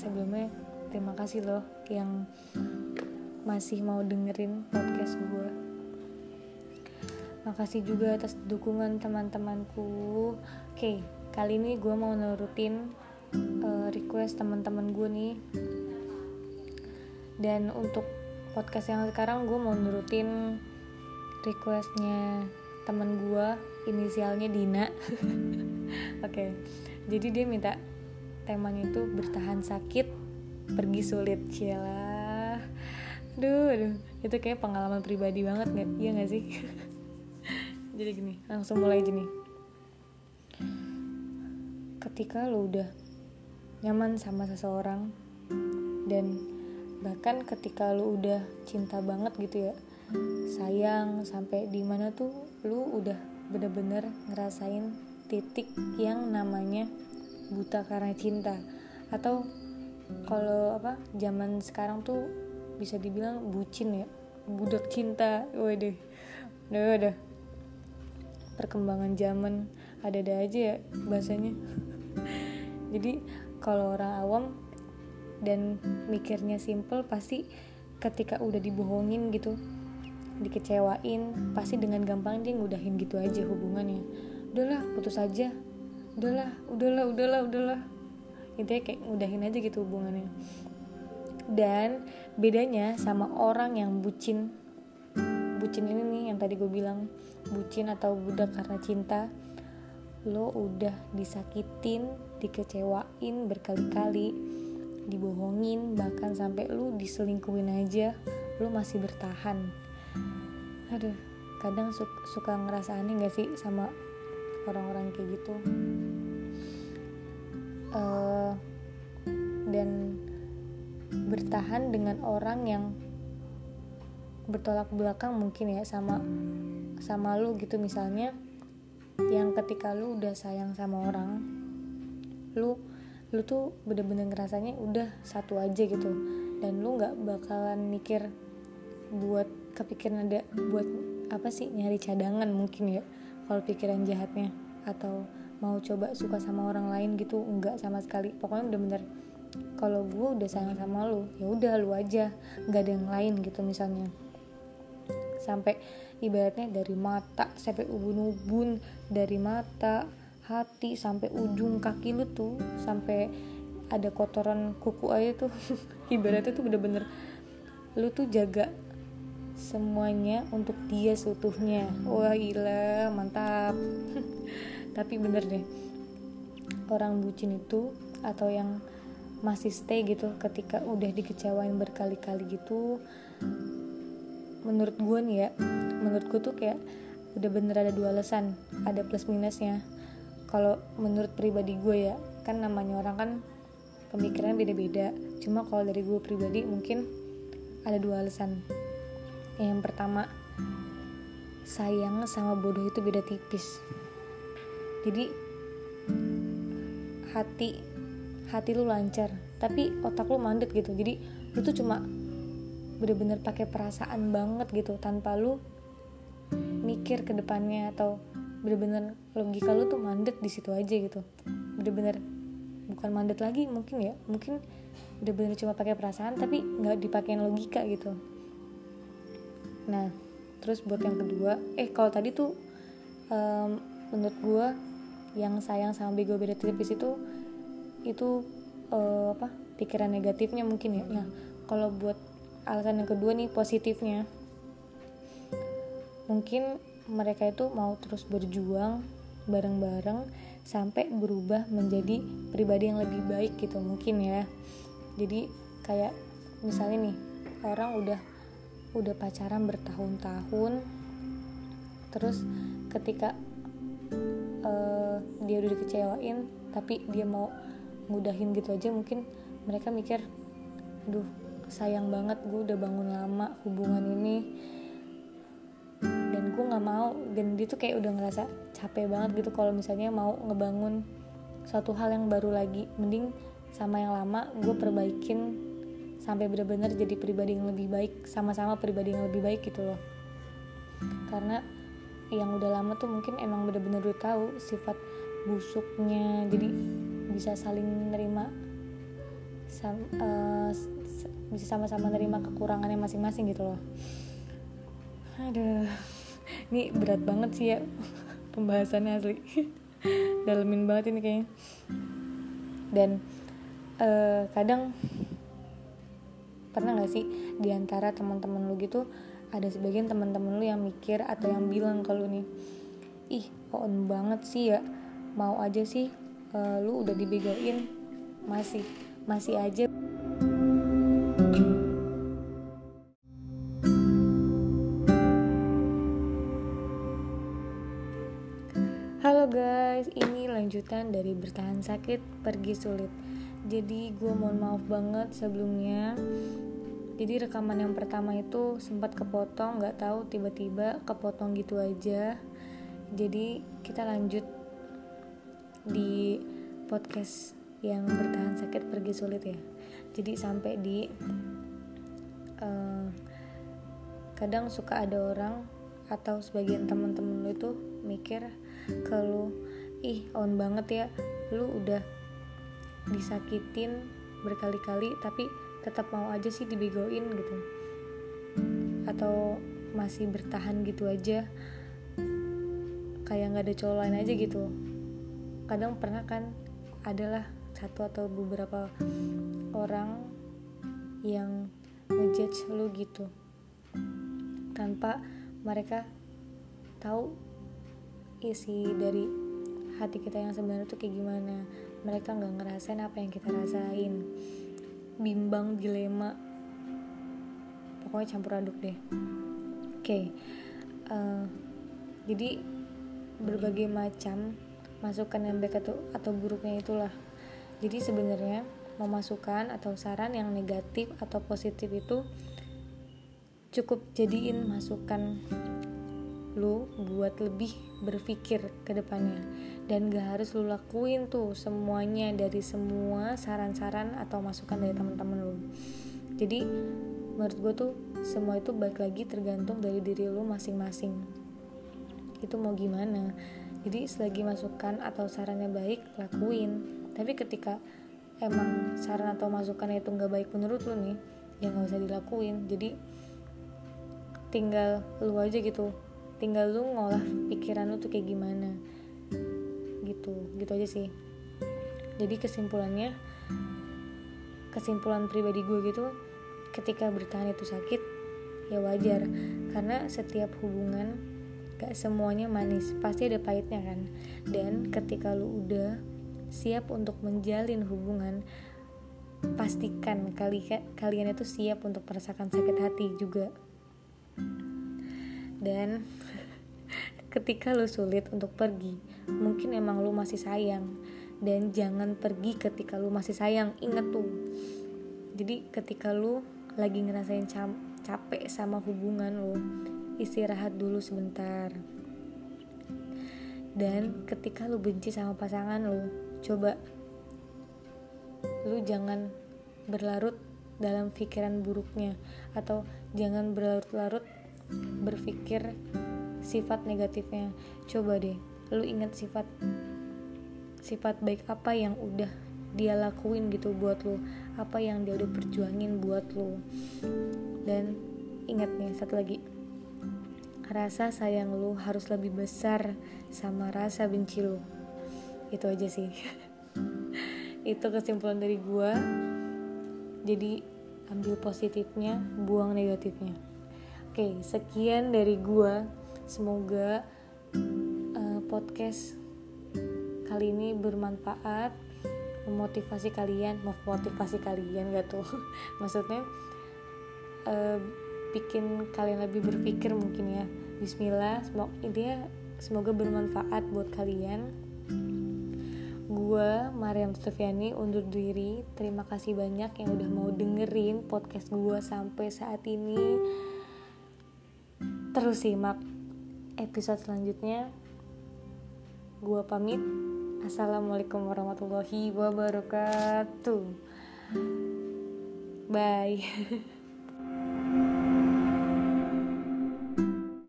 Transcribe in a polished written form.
sebelumnya terima kasih loh yang masih mau dengerin podcast gue. Makasih juga atas dukungan teman-temanku. Oke, kali ini gue mau nurutin request teman-teman gue nih. Dan untuk podcast yang sekarang gue mau nurutin requestnya teman gue, inisialnya Dina. Oke, jadi dia minta temanya itu bertahan sakit, pergi sulit. Cialah, aduh, itu kayak pengalaman pribadi banget nggak? Iya nggak sih? Jadi gini, langsung mulai aja nih. Ketika lo udah nyaman sama seseorang, dan bahkan ketika lo udah cinta banget gitu ya, sayang sampai dimana tuh lo udah bener-bener ngerasain titik yang namanya buta karena cinta, atau kalau zaman sekarang tuh bisa dibilang bucin ya, budak cinta. Waduh, udah perkembangan zaman ada aja ya bahasanya. Jadi kalau orang awam dan mikirnya simple, pasti ketika udah dibohongin gitu, dikecewain, pasti dengan gampang dia ngudahin gitu aja hubungannya. Udahlah, putus aja. Udahlah. Intinya kayak ngudahin aja gitu hubungannya. Dan bedanya sama orang yang bucin ini nih, yang tadi gue bilang bucin atau budak karena cinta, lo udah disakitin, dikecewain berkali-kali, dibohongin, bahkan sampai lo diselingkuhin aja, lo masih bertahan. Aduh, kadang suka ngerasa aneh gak sih sama orang-orang kayak gitu. Dan bertahan dengan orang yang bertolak belakang mungkin ya sama lu gitu. Misalnya yang ketika lu udah sayang sama orang, lu tuh bener-bener ngerasanya udah satu aja gitu, dan lu gak bakalan mikir buat kepikiran ada buat apa sih, nyari cadangan mungkin ya kalau pikiran jahatnya, atau mau coba suka sama orang lain gitu. Enggak sama sekali. Pokoknya bener-bener kalau gue udah sayang sama lu, ya udah lu aja, nggak ada yang lain gitu. Misalnya sampai ibaratnya dari mata sampai ubun-ubun, dari mata, hati sampai ujung kaki lu tuh, sampai ada kotoran kuku aja tuh ibaratnya tuh bener-bener lu tuh jaga semuanya untuk dia seutuhnya. Wah gila, mantap. Tapi bener deh, orang bucin itu atau yang masih stay gitu ketika udah dikecewain berkali-kali gitu, menurut gue nih ya, menurut gue tuh kayak udah bener ada dua alasan, ada plus minusnya. Kalau menurut pribadi gue ya, kan namanya orang kan pemikiran beda-beda, cuma kalau dari gue pribadi mungkin ada dua alasan. Yang pertama, sayang sama bodoh itu beda tipis. Jadi hati lu lancar, tapi otak lu mandek gitu. Jadi lu tuh cuma bener-bener pakai perasaan banget gitu, tanpa lu mikir ke depannya, atau bener-bener logika lu tuh mandek di situ aja gitu. Bener-bener bukan mandek lagi mungkin ya, mungkin bener-bener cuma pakai perasaan tapi nggak dipakein logika gitu. Nah, terus buat yang kedua, kalau tadi tuh menurut gue yang sayang sama bego beda tipis itu pikiran negatifnya mungkin ya. Nah, kalau buat alasan yang kedua nih, positifnya, mungkin mereka itu mau terus berjuang bareng-bareng sampai berubah menjadi pribadi yang lebih baik gitu mungkin ya. Jadi kayak misalnya nih, orang udah pacaran bertahun-tahun, terus ketika dia udah dikecewain tapi dia mau ngudahin gitu aja, mungkin mereka mikir, aduh sayang banget, gue udah bangun lama hubungan ini dan gue gak mau. Dan dia tuh kayak udah ngerasa capek banget gitu kalau misalnya mau ngebangun suatu hal yang baru lagi. Mending sama yang lama gue perbaikin sampai benar-benar jadi pribadi yang lebih baik, sama-sama pribadi yang lebih baik gitu loh. Karena yang udah lama tuh mungkin emang benar-benar udah tahu sifat busuknya, jadi bisa saling nerima bisa sama-sama nerima kekurangannya masing-masing gitu loh. Aduh, ini berat banget sih ya pembahasannya asli. Dalemin banget ini kayaknya. Dan kadang pernah gak sih diantara teman-teman lu gitu ada sebagian teman-teman lu yang mikir atau yang bilang ke lu nih, ih on banget sih ya, mau aja sih lu udah dibegoin masih aja. Halo guys, ini lanjutan dari bertahan sakit pergi sulit. Jadi gue mohon maaf banget sebelumnya. Jadi rekaman yang pertama itu sempat kepotong, gak tahu tiba-tiba kepotong gitu aja. Jadi kita lanjut di podcast yang bertahan sakit pergi sulit ya. Jadi sampai di kadang suka ada orang atau sebagian teman-teman lu itu mikir ke lu, ih on banget ya, lu udah disakitin berkali-kali tapi tetap mau aja sih dibegoin gitu, atau masih bertahan gitu aja kayak gak ada cowok lain aja gitu. Kadang pernah kan adalah satu atau beberapa orang yang ngejudge lu gitu tanpa mereka tahu isi dari hati kita yang sebenarnya tuh kayak gimana. Mereka gak ngerasain apa yang kita rasain, bimbang, dilema, pokoknya campur aduk deh. Oke. Jadi berbagai macam masukan yang baik atau buruknya itulah. Jadi sebenarnya mau masukan atau saran yang negatif atau positif itu cukup jadiin masukan lu buat lebih berpikir ke depannya, dan gak harus lu lakuin tuh semuanya dari semua saran-saran atau masukan dari teman-teman lu. Jadi menurut gue tuh semua itu balik lagi tergantung dari diri lu masing-masing, itu mau gimana. Jadi selagi masukan atau sarannya baik, lakuin. Tapi ketika emang saran atau masukannya itu gak baik menurut lu nih, ya gak usah dilakuin. Jadi tinggal lu aja gitu, tinggal lu ngolah pikiran lu tuh kayak gimana gitu aja sih. Jadi kesimpulan pribadi gue gitu, ketika bertahan itu sakit ya wajar, karena setiap hubungan gak semuanya manis, pasti ada pahitnya kan. Dan ketika lu udah siap untuk menjalin hubungan, pastikan kalian itu siap untuk merasakan sakit hati juga. Dan ketika lu sulit untuk pergi, mungkin emang lu masih sayang, dan jangan pergi ketika lu masih sayang. Ingat tuh. Jadi ketika lu lagi ngerasain capek sama hubungan lu, istirahat dulu sebentar. Dan ketika lu benci sama pasangan lu, coba lu jangan berlarut dalam pikiran buruknya, atau jangan berlarut-larut berpikir sifat negatifnya. Coba deh lu ingat sifat baik apa yang udah dia lakuin gitu buat lu, apa yang dia udah perjuangin buat lu. Dan ingat nih satu lagi, rasa sayang lu harus lebih besar sama rasa benci lu. Itu aja sih. Itu kesimpulan dari gua. Jadi ambil positifnya, buang negatifnya. Oke, sekian dari gua. Semoga podcast kali ini bermanfaat, memotivasi kalian gak tuh maksudnya bikin kalian lebih berpikir mungkin ya. Bismillah, semoga bermanfaat buat kalian. Gua Mariam Sufiani undur diri. Terima kasih banyak yang udah mau dengerin podcast gua sampai saat ini. Terus simak episode selanjutnya. Gua pamit. Assalamualaikum warahmatullahi wabarakatuh. Bye.